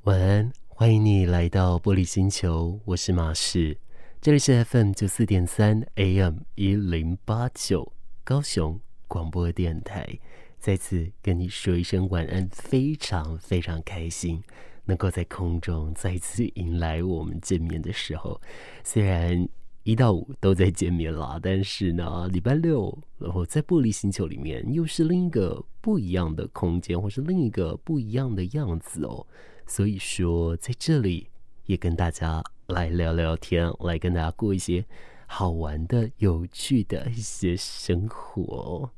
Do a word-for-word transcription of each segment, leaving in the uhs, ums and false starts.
晚安，欢迎你来到玻璃星球，我是马氏，这里是 F M 九四点三 A M 一零八九高雄广播电台，再次跟你说一声晚安，非常非常开心能够在空中再次迎来我们见面的时候。虽然一到五都在见面啦，但是呢，礼拜六然后在玻璃星球里面又是另一个不一样的空间，或是另一个不一样的样子哦。所以说在这里也跟大家来聊聊天，来跟大家过一些好玩的有趣的一些生活。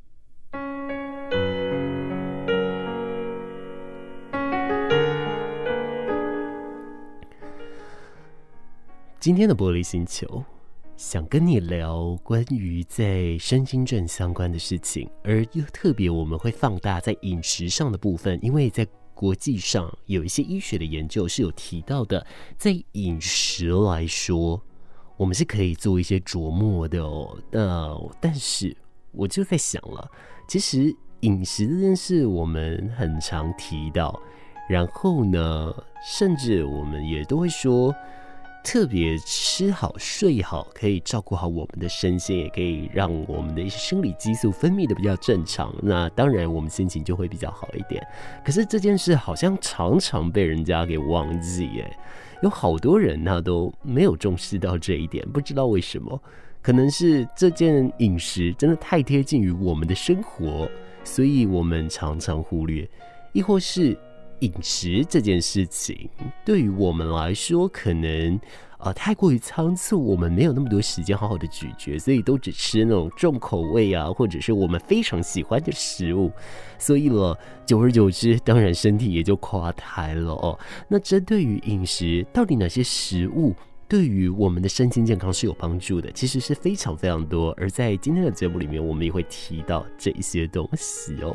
今天的玻璃星球想跟你聊关于在身心症相关的事情，而又特别我们会放大在饮食上的部分，因为在国际上有一些医学的研究是有提到的，在饮食来说我们是可以做一些琢磨的哦。那但是我就在想了，其实饮食这件事我们很常提到，然后呢甚至我们也都会说特别吃好睡好可以照顾好我们的身心，也可以让我们的一些生理激素分泌的比较正常，那当然我们心情就会比较好一点。可是这件事好像常常被人家给忘记耶，有好多人他都没有重视到这一点，不知道为什么，可能是这件饮食真的太贴近于我们的生活，所以我们常常忽略，亦或是饮食这件事情对于我们来说可能呃太过于仓促，我们没有那么多时间好好的咀嚼，所以都只吃那种重口味啊，或者是我们非常喜欢的食物，所以了久而久之当然身体也就垮台了哦。那针对于饮食，到底哪些食物对于我们的身心健康是有帮助的，其实是非常非常多，而在今天的节目里面我们也会提到这一些东西哦。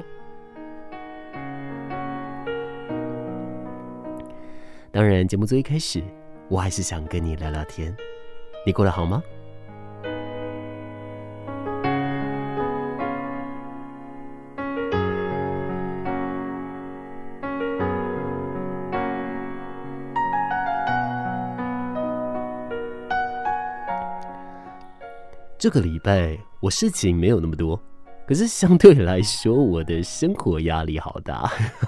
当然节目最一开始我还是想跟你聊聊天，你过得好吗？这个礼拜我事情没有那么多，可是相对来说我的生活压力好大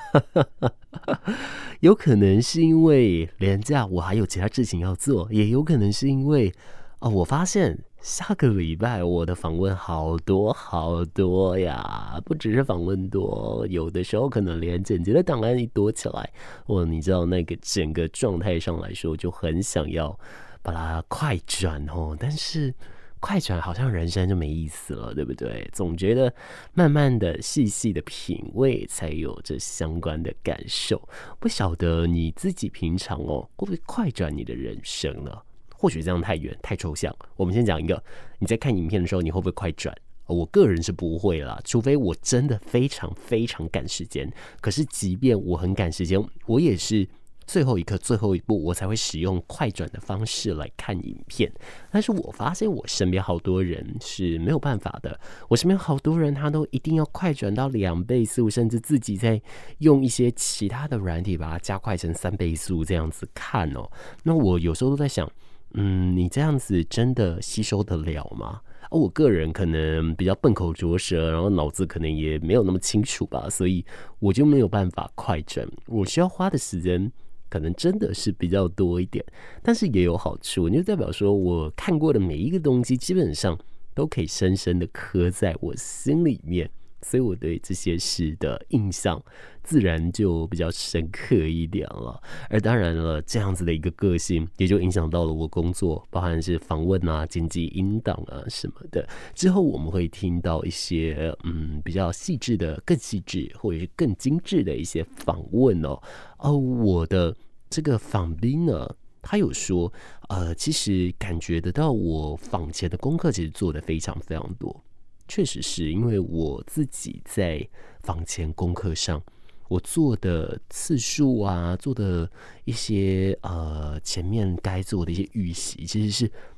有可能是因为连假我还有其他事情要做，也有可能是因为、哦、我发现下个礼拜我的访问好多好多呀，不只是访问多，有的时候可能连剪辑的档案一多起来，我你知道那个整个状态上来说就很想要把它快转哦，但是快转好像人生就没意思了，对不对？总觉得慢慢的细细的品味才有这相关的感受。不晓得你自己平常哦会不会快转你的人生呢？或许这样太远太抽象，我们先讲一个，你在看影片的时候你会不会快转？我个人是不会啦，除非我真的非常非常赶时间。可是即便我很赶时间，我也是最后一刻最后一步我才会使用快转的方式来看影片。但是我发现我身边好多人是没有办法的，我身边好多人他都一定要快转到两倍速，甚至自己在用一些其他的软体把它加快成三倍速这样子看哦。那我有时候都在想，嗯，你这样子真的吸收得了吗？而我个人可能比较笨口拙舌，然后脑子可能也没有那么清楚吧，所以我就没有办法快转，我需要花的时间可能真的是比较多一点，但是也有好处，就代表说我看过的每一个东西基本上都可以深深的刻在我心里面，所以我对这些事的印象自然就比较深刻一点了。而当然了，这样子的一个个性也就影响到了我工作，包含是访问啊、剪辑音档啊什么的。之后我们会听到一些嗯比较细致的、更细致或者是更精致的一些访问哦。哦，我的这个访宾呢，他有说，呃，其实感觉得到我访前的功课其实做得非常非常多。确实是因为我自己在访前功课上，我做的次数啊，做的一些呃前面该做的一些预习，其实是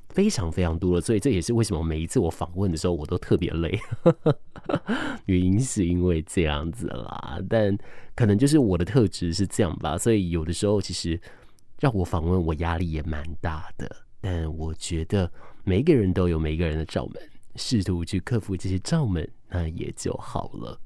非常非常多了，所以这也是为什么每一次我访问的时候我都特别累原因是因为这样子啦，但可能就是我的特质是这样吧，所以有的时候其实让我访问我压力也蛮大的，但我觉得每一个人都有每一个人的罩门，试图去克服这些罩门，那也就好了。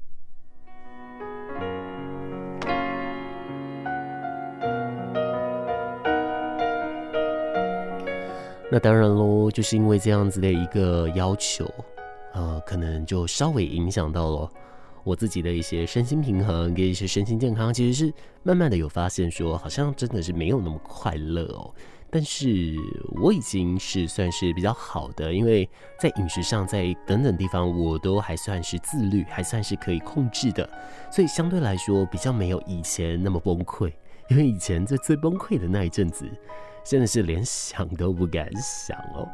那当然咯，就是因为这样子的一个要求，呃，可能就稍微影响到了我自己的一些身心平衡跟一些身心健康，其实是慢慢的有发现说，好像真的是没有那么快乐哦。但是我已经是算是比较好的，因为在饮食上，在等等地方，我都还算是自律，还算是可以控制的，所以相对来说比较没有以前那么崩溃。因为以前在最崩溃的那一阵子，真的是连想都不敢想哦。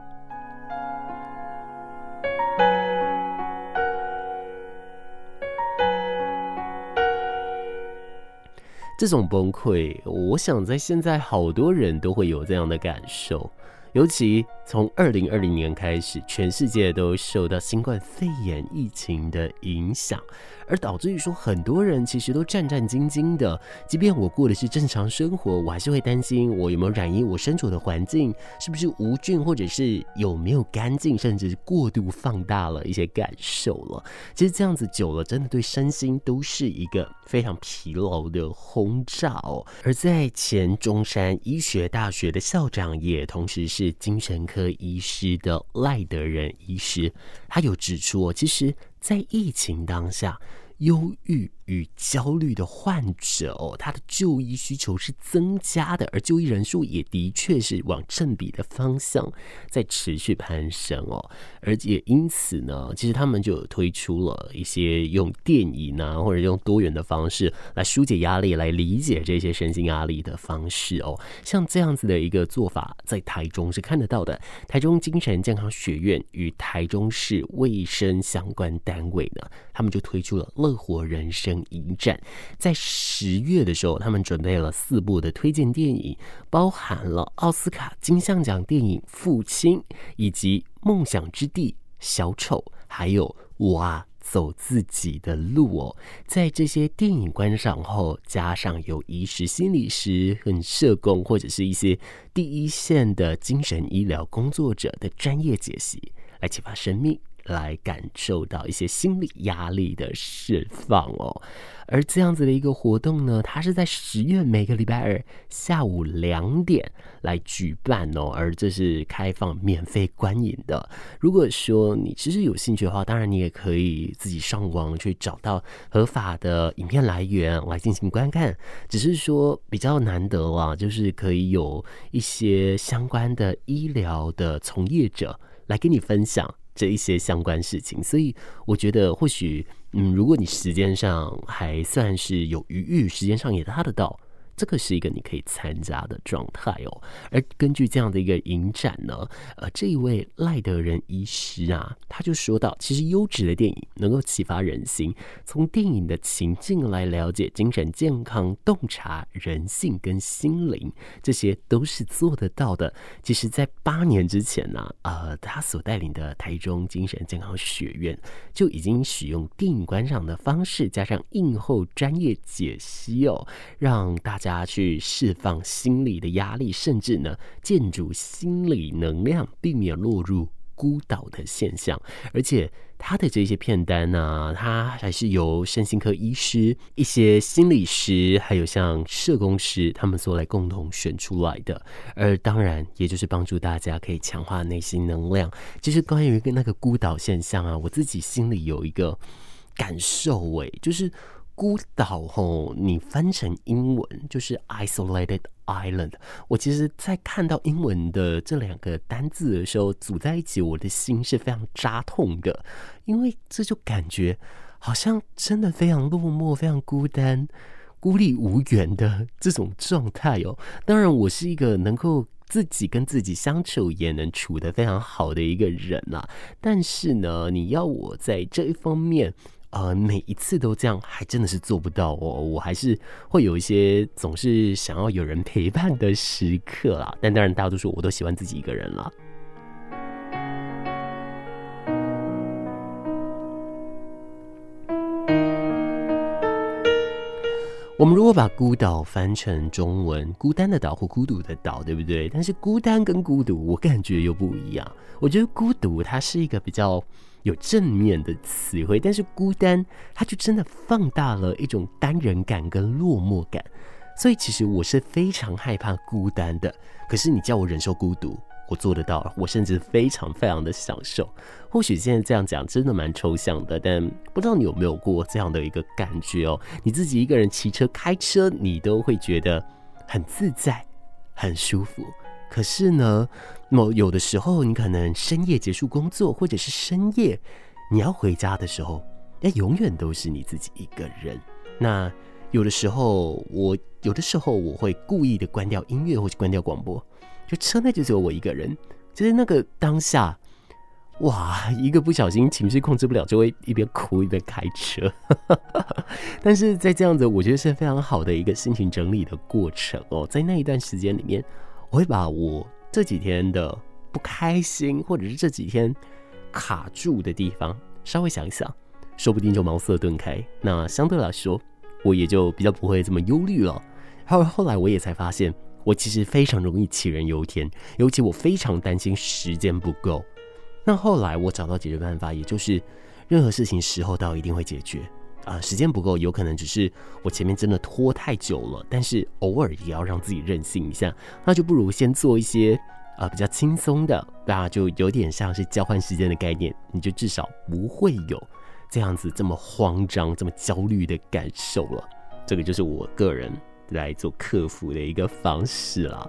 这种崩溃，我想在现在好多人都会有这样的感受，尤其从二零二零年开始，全世界都受到新冠肺炎疫情的影响，而导致于说很多人其实都战战兢兢的，即便我过的是正常生活，我还是会担心我有没有染疫，我身处的环境是不是无菌，或者是有没有干净，甚至过度放大了一些感受了。其实这样子久了，真的对身心都是一个非常疲劳的轰炸哦。而在前中山医学大学的校长，也同时是精神科医师的赖德仁医师，他有指出哦，其实在疫情当下，忧郁与焦虑的患者哦，他的就医需求是增加的，而就医人数也的确是往正比的方向在持续攀升哦。而且因此呢，其实他们就有推出了一些用电影啊，或者用多元的方式来疏解压力，来理解这些身心压力的方式哦。像这样子的一个做法，在台中是看得到的。台中精神健康学院与台中市卫生相关单位呢，他们就推出了乐活人生影展，在十月的时候，他们准备了四部的推荐电影，包含了奥斯卡金像奖电影《父亲》，以及《梦想之地》、小丑，还有我啊走自己的路哦。在这些电影观赏后，加上有医师、心理师和社工，或者是一些第一线的精神医疗工作者的专业解析，来启发生命，来感受到一些心理压力的释放哦。而这样子的一个活动呢，它是在十月每个礼拜二下午两点来举办哦，而这是开放免费观影的。如果说你其实有兴趣的话，当然你也可以自己上网去找到合法的影片来源来进行观看，只是说比较难得啦，就是可以有一些相关的医疗的从业者来跟你分享这一些相关事情，所以我觉得或许，嗯，如果你时间上还算是有余裕，时间上也拉得到，这个是一个你可以参加的状态哦。而根据这样的一个影展呢，呃，这一位赖德仁医师啊，他就说到，其实优质的电影能够启发人心，从电影的情境来了解精神健康，洞察人性跟心灵，这些都是做得到的。其实在八年之前呢、啊，呃，他所带领的台中精神健康学院就已经使用电影观赏的方式，加上映后专业解析哦，让大家去释放心理的压力，甚至呢建筑心理能量，避免落入孤岛的现象。而且他的这些片单呢、啊，他还是由身心科医师、一些心理师，还有像社工师他们所来共同选出来的。而当然，也就是帮助大家可以强化内心能量。其实关于那个孤岛现象啊，我自己心里有一个感受诶，就是孤岛吼，你翻成英文就是 isolated island。我其实在看到英文的这两个单字的时候，组在一起，我的心是非常扎痛的，因为这就感觉好像真的非常落寞、非常孤单、孤立无援的这种状态哦。当然，我是一个能够自己跟自己相处也能处得非常好的一个人啦、啊，但是呢，你要我在这一方面呃，每一次都这样，还真的是做不到哦。我还是会有一些总是想要有人陪伴的时刻啦，但当然大多数我都喜欢自己一个人啦。 我们如果把孤岛翻成中文，孤单的岛或孤独的岛，对不对？但是孤单跟孤独，我感觉又不一样。我觉得孤独它是一个比较有正面的词汇，但是孤单它就真的放大了一种单人感跟落寞感。所以其实我是非常害怕孤单的，可是你叫我忍受孤独，我做得到，我甚至非常非常的享受。或许现在这样讲真的蛮抽象的，但不知道你有没有过这样的一个感觉哦？你自己一个人骑车开车，你都会觉得很自在很舒服，可是呢有的时候你可能深夜结束工作，或者是深夜你要回家的时候，那永远都是你自己一个人。那有的时候我有的时候我会故意的关掉音乐或者关掉广播，就车内就只有我一个人，就是那个当下，哇，一个不小心情绪控制不了，就会一边哭一边开车。但是在这样子，我觉得是非常好的一个心情整理的过程哦。在那一段时间里面，我会把我这几天的不开心，或者是这几天卡住的地方，稍微想一想，说不定就茅塞顿开。那相对来说，我也就比较不会这么忧虑了。后后来我也才发现，我其实非常容易杞人忧天，尤其我非常担心时间不够。那后来我找到解决办法，也就是任何事情时候到一定会解决啊、呃，时间不够有可能只是我前面真的拖太久了，但是偶尔也要让自己任性一下，那就不如先做一些呃比较轻松的，那就有点像是交换时间的概念，你就至少不会有这样子这么慌张这么焦虑的感受了。这个就是我个人来做克服的一个方式啦。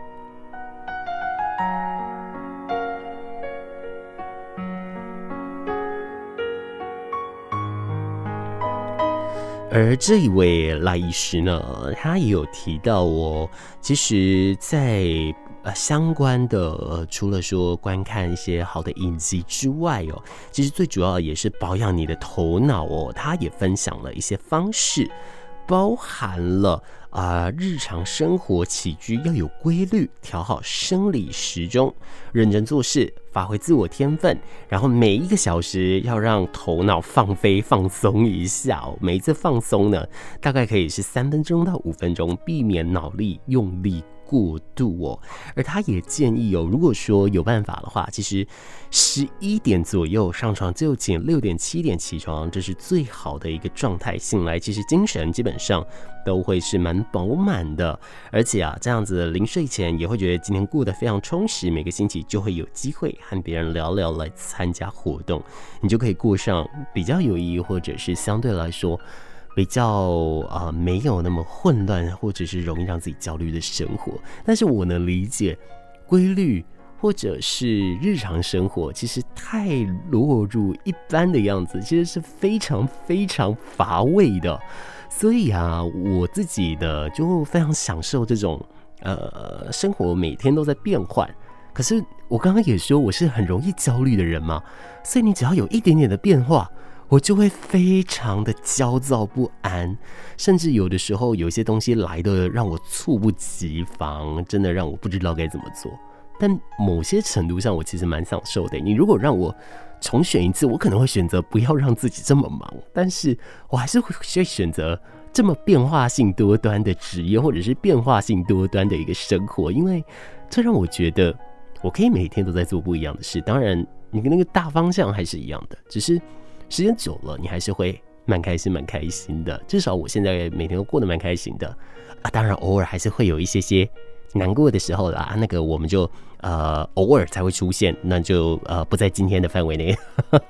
而这一位赖医师呢，他也有提到哦，其实在呃相关的、呃、除了说观看一些好的影集之外哦，其实最主要也是保养你的头脑哦。他也分享了一些方式，包含了啊、呃、日常生活起居要有规律，调好生理时钟，认真做事，发挥自我天分，然后每一个小时要让头脑放飞放松一下哦。每一次放松呢，大概可以是三分钟到五分钟，避免脑力用力过度哦。而他也建议哦，如果说有办法的话，其实十一点左右上床就寝，六点七点起床，这是最好的一个状态。醒来其实精神基本上都会是蛮饱满的，而且啊，这样子临睡前也会觉得今天过得非常充实，每个星期就会有机会和别人聊聊，来参加活动，你就可以过上比较有意义，或者是相对来说比较、呃、没有那么混乱，或者是容易让自己焦虑的生活。但是我能理解规律或者是日常生活其实太落入一般的样子，其实是非常非常乏味的。所以啊，我自己的就非常享受这种呃生活每天都在变换。可是我刚刚也说我是很容易焦虑的人嘛，所以你只要有一点点的变化，我就会非常的焦躁不安，甚至有的时候有一些东西来的让我猝不及防，真的让我不知道该怎么做。但某些程度上我其实蛮享受的。你如果让我重选一次，我可能会选择不要让自己这么忙，但是我还是会选择这么变化性多端的职业，或者是变化性多端的一个生活，因为这让我觉得我可以每天都在做不一样的事。当然你跟那个大方向还是一样的，只是时间久了你还是会蛮开心蛮开心的。至少我现在每天都过得蛮开心的啊，当然偶尔还是会有一些些难过的时候啦，那个我们就呃偶尔才会出现，那就呃不在今天的范围内。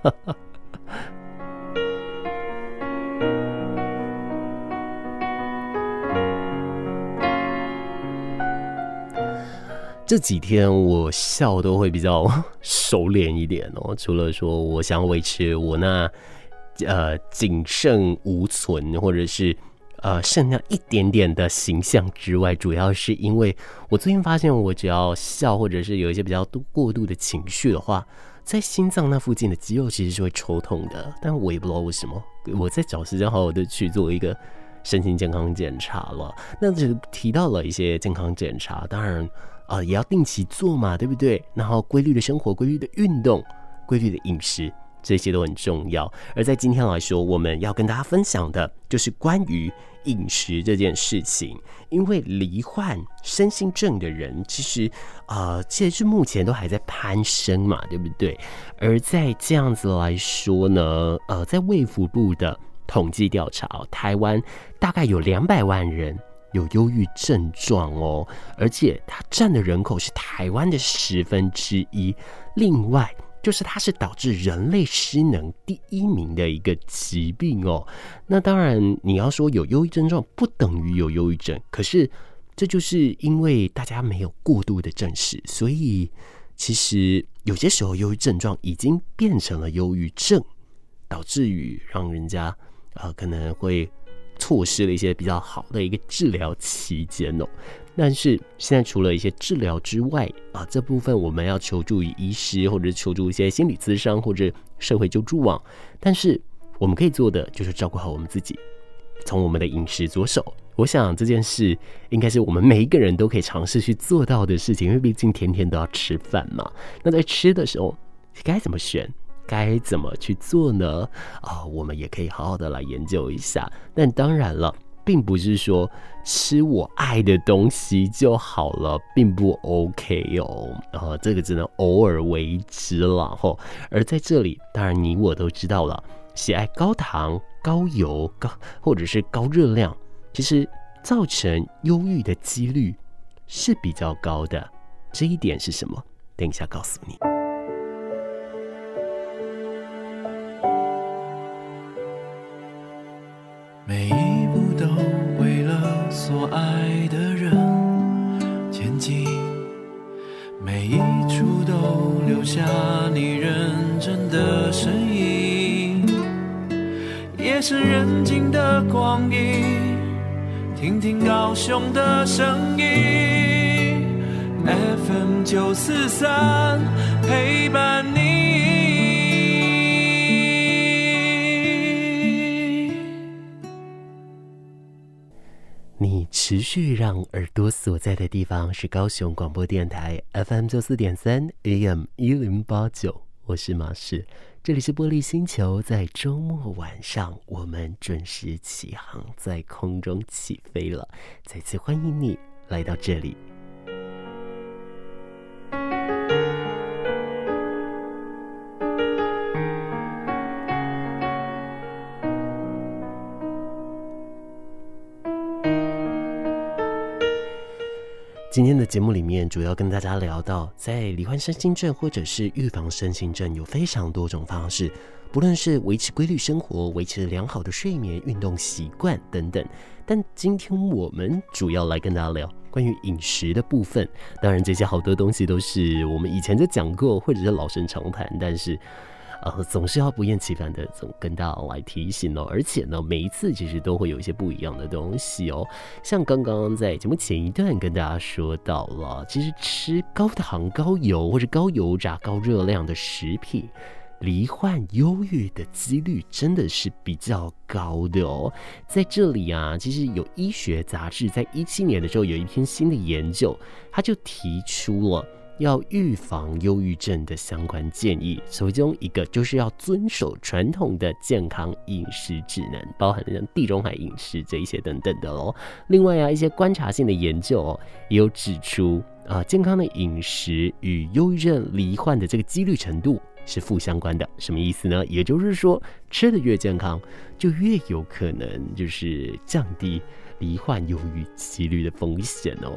这几天我笑都会比较收敛一点哦，除了说我想要维持我那呃仅剩无存，或者是呃剩下一点点的形象之外，主要是因为我最近发现，我只要笑或者是有一些比较过度的情绪的话，在心脏那附近的肌肉其实是会抽痛的，但我也不知道为什么。我在找时间好好的去做一个身心健康检查了，那只提到了一些健康检查，当然呃也要定期做嘛，对不对？然后规律的生活、规律的运动、规律的饮食， 这些都很重要。而在今天来说，我们要跟大家分享的就是关于饮食这件事情。因为罹患身心症的人，其实呃，其实目前都还在攀升嘛，对不对？而在这样子来说呢，呃，在卫福部的统计调查，台湾大概有两百万人有忧郁症状哦，而且它占的人口是台湾的十分之一。另外，就是它是导致人类失能第一名的一个疾病哦。那当然，你要说有忧郁症状，不等于有忧郁症，可是这就是因为大家没有过度的正视，所以其实有些时候忧郁症状已经变成了忧郁症，导致于让人家呃可能会错失了一些比较好的一个治疗期间哦。但是现在除了一些治疗之外啊，这部分我们要求助于医师，或者求助一些心理咨商或者社会救助网。但是我们可以做的就是照顾好我们自己，从我们的饮食着手。我想这件事应该是我们每一个人都可以尝试去做到的事情，因为毕竟天天都要吃饭嘛。那在吃的时候该怎么选，该怎么去做呢？啊、哦，我们也可以好好的来研究一下。但当然了，并不是说吃我爱的东西就好了，并不 OK 哦。呃，这个只能偶尔为之了吼。而在这里，当然你我都知道了，喜爱高糖、高油、高或者是高热量，其实造成忧郁的几率是比较高的。这一点是什么？等一下告诉你。 每一步都为了所爱的人前进，每一处都留下你认真的身影，夜深人静的光阴，听听高雄的声音 F M 九四三陪伴你。 你持续让耳朵所在的地方是高雄广播电台 F M 九四点三 A M 一零八九，我是马氏，这里是玻璃星球，在周末晚上我们准时起航，在空中起飞了，再次欢迎你来到这里。今天的节目里面主要跟大家聊到，在罹患身心症或者是预防身心症有非常多种方式，不论是维持规律生活、维持良好的睡眠、运动习惯等等。但今天我们主要来跟大家聊关于饮食的部分。当然这些好多东西都是我们以前就讲过，或者是老生常谈，但是呃，总是要不厌其烦的总跟大家来提醒哦。而且呢，每一次其实都会有一些不一样的东西哦。像刚刚在节目前一段跟大家说到了，其实吃高糖、高油或者高油炸、高热量的食品，罹患忧郁的几率真的是比较高的哦。在这里啊，其实有医学杂志在一七年的时候有一篇新的研究，他就提出了要预防忧郁症的相关建议，其中一个就是要遵守传统的健康饮食指南，包含像地中海饮食这一些等等的咯。另外啊，一些观察性的研究哦，也有指出啊，健康的饮食与忧郁症罹患的这个几率程度是负相关的。什么意思呢？也就是说，吃的越健康，就越有可能就是降低罹患忧郁几率的风险哦。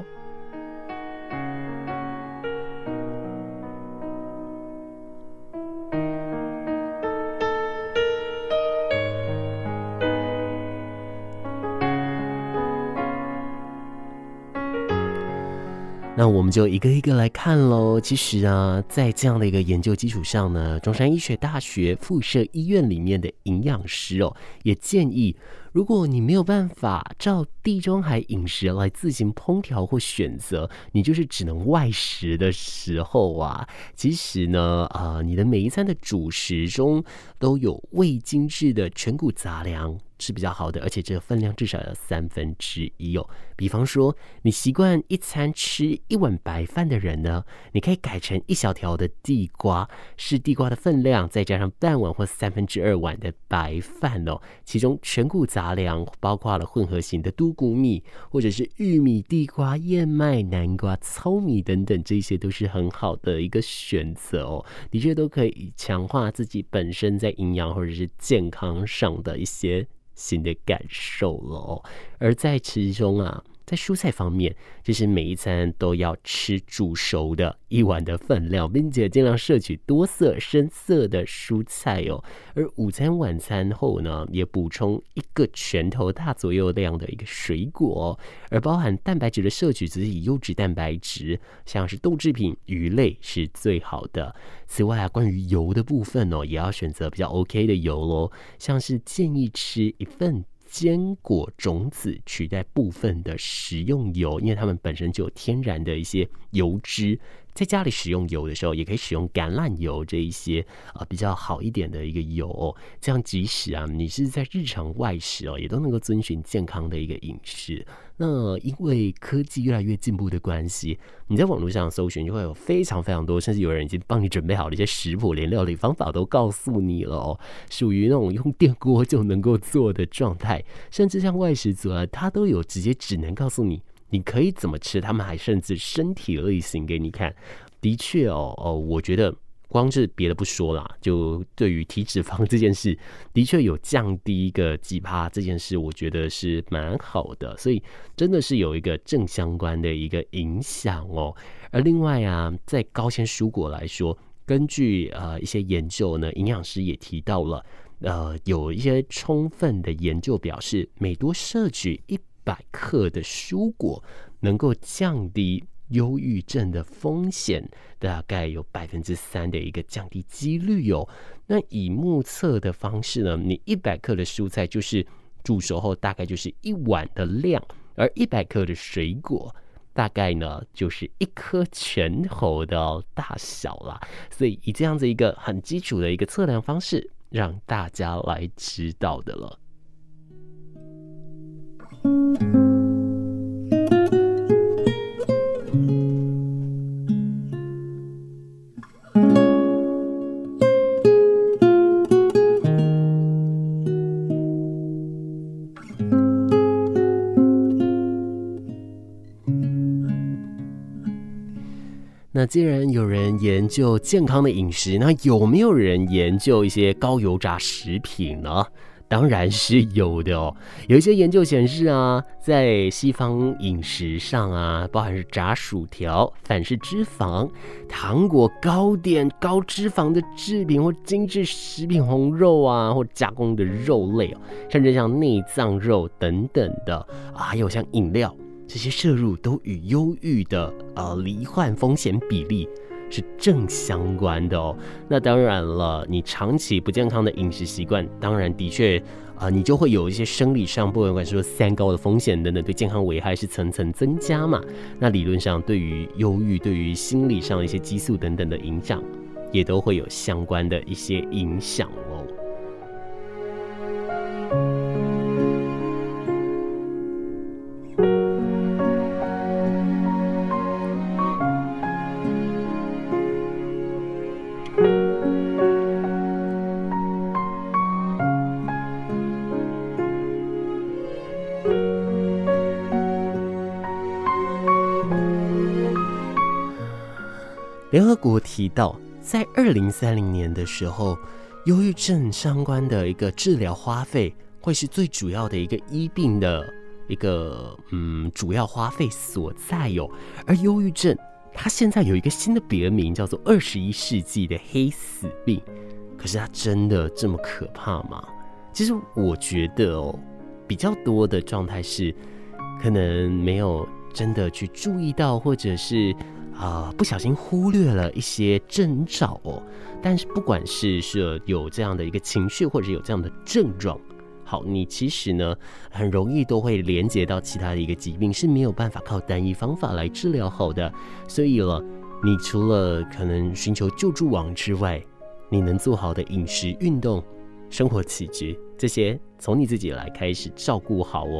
那我们就一个一个来看咯。其实啊，在这样的一个研究基础上呢，中山医学大学附设医院里面的营养师哦，也建议，如果你没有办法照地中海饮食来自行烹调或选择，你就是只能外食的时候啊，其实呢，呃，你的每一餐的主食中都有未精制的全谷杂粮是比较好的，而且这个分量至少要三分之一哦。 比方说，你习惯一餐吃一碗白饭的人呢，你可以改成一小条的地瓜，是地瓜的分量，再加上半碗或三分之二碗的白饭哦。其中全谷杂粮包括了混合型的多谷米，或者是玉米、地瓜、燕麦、南瓜、糙米等等，这些都是很好的一个选择哦。的确都可以强化自己本身在营养或者是健康上的一些新的感受了哦。而在其中啊，在蔬菜方面，就是每一餐都要吃煮熟的一碗的分量，并且尽量摄取多色深色的蔬菜哦。而午餐晚餐后呢，也补充一个拳头大左右量的一个水果哦。而包含蛋白质的摄取，只是以优质蛋白质，像是豆制品、鱼类是最好的。此外啊，关于油的部分哦，也要选择比较 OK 的油咯，像是建议吃一份坚果种子取代部分的食用油，因为它们本身就有天然的一些油脂。在家里使用油的时候，也可以使用橄榄油这一些呃比较好一点的一个油哦。这样即使啊你是在日常外食哦，也都能够遵循健康的一个饮食。那因为科技越来越进步的关系，你在网络上搜寻就会有非常非常多，甚至有人已经帮你准备好了一些食谱，连料理方法都告诉你了哦，属于那种用电锅就能够做的状态。甚至像外食族啊，他都有直接只能告诉你你可以怎么吃，他们还甚至身体力行给你看。的确哦哦，我觉得光是别的不说啦，就对于体脂肪这件事，的确有降低一个几趴这件事，我觉得是蛮好的，所以真的是有一个正相关的一个影响哦。而另外啊，在高纤蔬果来说，根据呃一些研究呢，营养师也提到了，呃有一些充分的研究表示，每多摄取一百克的蔬果，能够降低忧郁症的风险，大概有百分之三的一个降低几率哦。那以目测的方式呢，你一百克的蔬菜就是煮熟后大概就是一碗的量，而一百克的水果大概呢就是一颗拳头的大小啦。所以以这样子一个很基础的一个测量方式，让大家来知道的了。那既然有人研究健康的饮食，那有没有人研究一些高油炸食品呢？当然是有的哦。有一些研究显示啊，在西方饮食上啊，包含是炸薯条、反式脂肪、糖果、糕点、高脂肪的制品或精致食品、红肉啊，或加工的肉类哦，甚至像内脏肉等等的啊，还有像饮料，这些摄入都与忧郁的呃罹患风险比例是正相关的哦。那当然了，你长期不健康的饮食习惯，当然的确啊、呃，你就会有一些生理上，不管说三高的风险等等，对健康危害是层层增加嘛。那理论上，对于忧郁、对于心理上的一些激素等等的影响，也都会有相关的一些影响哦。联合国提到，在二零三零年的时候，忧郁症相关的一个治疗花费会是最主要的一个医病的一个嗯主要花费所在哦。而忧郁症它现在有一个新的别名，叫做二十一世纪的黑死病。可是它真的这么可怕吗？其实我觉得哦，比较多的状态是可能没有真的去注意到，或者是啊、呃，不小心忽略了一些征兆哦。但是不管是是有这样的一个情绪，或者有这样的症状，好，你其实呢很容易都会连接到其他的一个疾病，是没有办法靠单一方法来治疗好的。所以了，你除了可能寻求救助网之外，你能做好的饮食、运动、生活起居这些，从你自己来开始照顾好哦，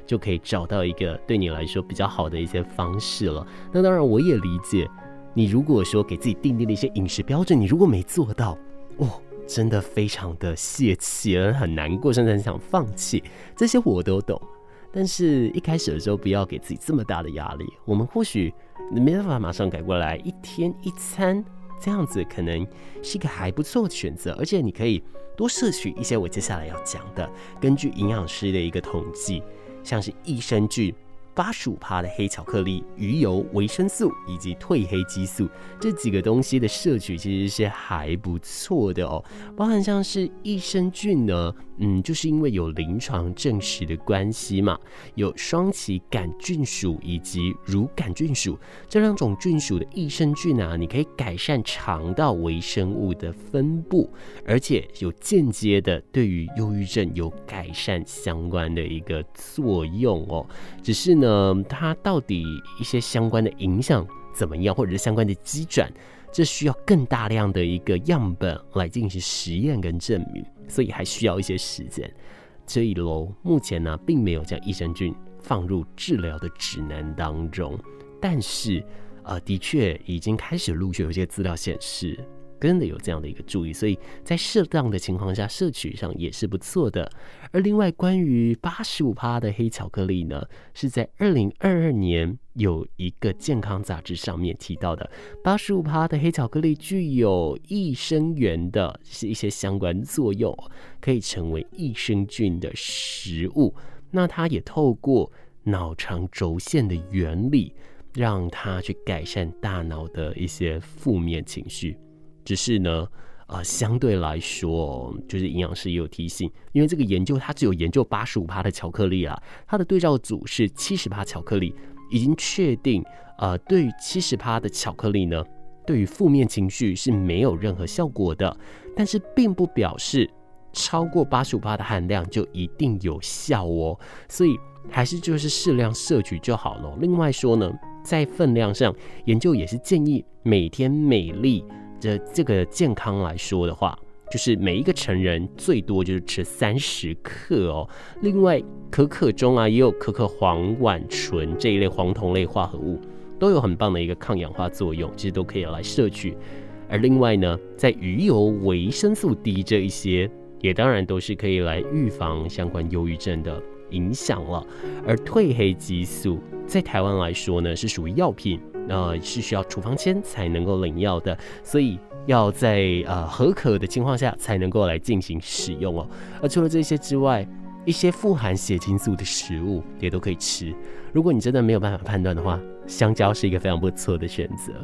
就可以找到一个对你来说比较好的一些方式了。那当然我也理解，你如果说给自己定定的一些饮食标准，你如果没做到，哦，真的非常的泄气，很难过，甚至很想放弃，这些我都懂。但是一开始的时候不要给自己这么大的压力，我们或许没办法马上改过来，一天一餐这样子可能是一个还不错的选择，而且你可以多摄取一些我接下来要讲的，根据营养师的一个统计，像是益生菌、百分之八十五 的黑巧克力、鱼油、维生素以及褪黑激素这几个东西的摄取其实是还不错的哦。包含像是益生菌呢，嗯，就是因为有临床证实的关系嘛，有双歧杆菌属以及乳杆菌属这两种菌属的益生菌啊，你可以改善肠道微生物的分布，而且有间接的对于忧郁症有改善相关的一个作用哦。只是呢，它到底一些相关的影响怎么样，或者是相关的机转，这需要更大量的一个样本来进行实验跟证明，所以还需要一些时间。这一楼目前呢，并没有将益生菌放入治疗的指南当中，但是呃，的确已经开始陆续有一些资料显示，真的有这样的一个注意，所以在适当的情况下摄取上也是不错的。而另外关于 百分之八十五 的黑巧克力呢，是在二零二二年有一个健康杂志上面提到的， 百分之八十五 的黑巧克力具有益生元的一些相关作用，可以成为益生菌的食物。那它也透过脑肠轴线的原理，让它去改善大脑的一些负面情绪。只是呢，呃，相对来说，就是营养师也有提醒，因为这个研究它只有研究 百分之八十五 的巧克力啦，它的对照组是 百分之七十 巧克力，已经确定，呃，对于 百分之七十 的巧克力呢，对于负面情绪是没有任何效果的，但是并不表示超过 百分之八十五 的含量就一定有效哦，所以还是就是适量摄取就好了。另外说呢，在分量上，研究也是建议每天每粒。这这个健康来说的话，就是每一个成人最多就是吃三十克哦。另外，可可中啊也有可可黄烷醇这一类黄酮类化合物，都有很棒的一个抗氧化作用，其实都可以来摄取。而另外呢，在鱼油、维生素 D 这一些，也当然都是可以来预防相关忧郁症的影响了。而褪黑激素在台湾来说呢，是属于药品。呃，是需要处方签才能够领药的，所以要在呃合可的情况下才能够来进行使用哦。而除了这些之外，一些富含血清素的食物也都可以吃。如果你真的没有办法判断的话，香蕉是一个非常不错的选择。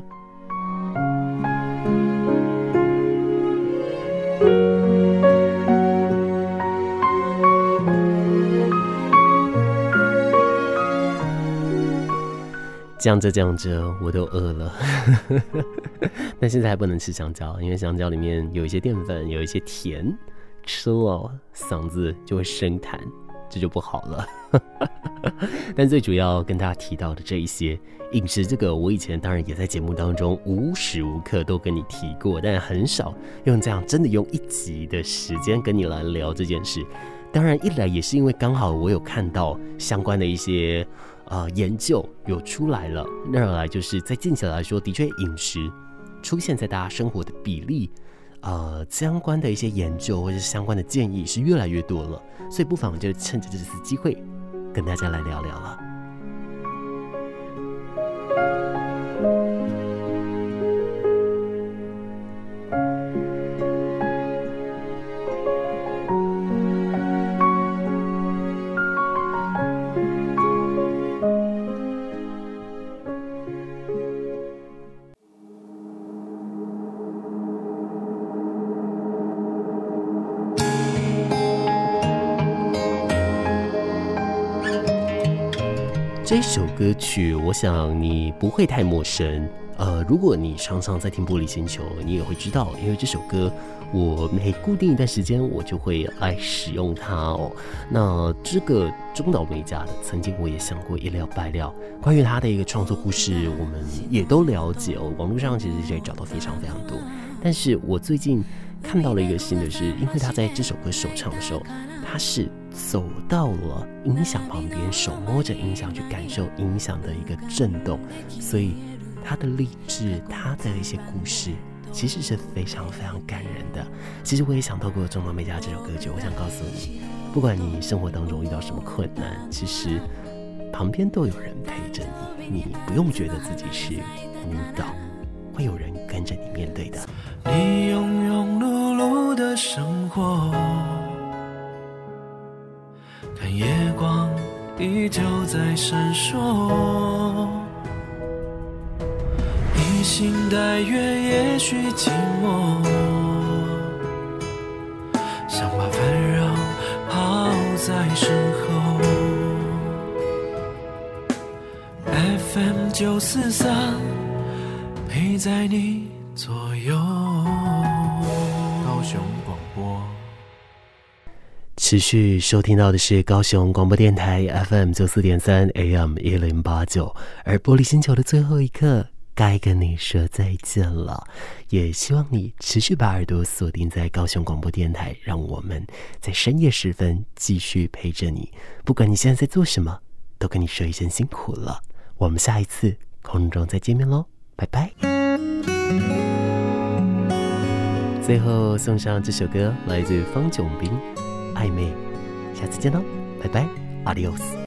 讲着讲着我都饿了但现在还不能吃香蕉，因为香蕉里面有一些淀粉，有一些甜，吃了嗓子就会生痰，这就不好了但最主要跟大家提到的这一些饮食，这个我以前当然也在节目当中无时无刻都跟你提过，但很少用这样真的用一集的时间跟你来聊这件事。当然一来也是因为刚好我有看到相关的一些呃，研究有出来了，那二来就是在近期来说，的确饮食出现在大家生活的比例，呃，相关的一些研究或者是相关的建议是越来越多了，所以不妨就趁着这次机会跟大家来聊聊了。这首歌曲我想你不会太陌生，呃，如果你常常在听玻璃星球，你也会知道，因为这首歌我每固定一段时间我就会来使用它哦。那这个中岛美嘉的，曾经我也想过一了百了，关于他的一个创作故事，我们也都了解哦，网络上其实可以找到非常非常多。但是我最近看到了一个新的是，因为他在这首歌首唱的时候，他是走到了音响旁边，手摸着音响去感受音响的一个震动，所以他的励志，他的一些故事其实是非常非常感人的。其实我也想透过《中岛美嘉》这首歌曲，我想告诉你，不管你生活当中遇到什么困难，其实旁边都有人陪着你，你不用觉得自己是孤岛，会有人跟着你面对的。 你庸庸碌碌的生活，看夜光依旧在闪烁，披星戴月也许寂寞，想把纷扰抛在身后。 F M 九四三陪在你左右，高雄广播。 持续收听到的是高雄广播电台 F M 九四点三 A M 一零八九，而玻璃星球的最后一刻该跟你说再见了，也希望你持续把耳朵锁定在高雄广播电台，让我们在深夜时分继续陪着你。不管你现在在做什么，都跟你说一声辛苦了。我们下一次空中再见面咯，拜拜。最后送上这首歌，来自方炯斌，暧昧。下次见咯，拜拜 ，Adios。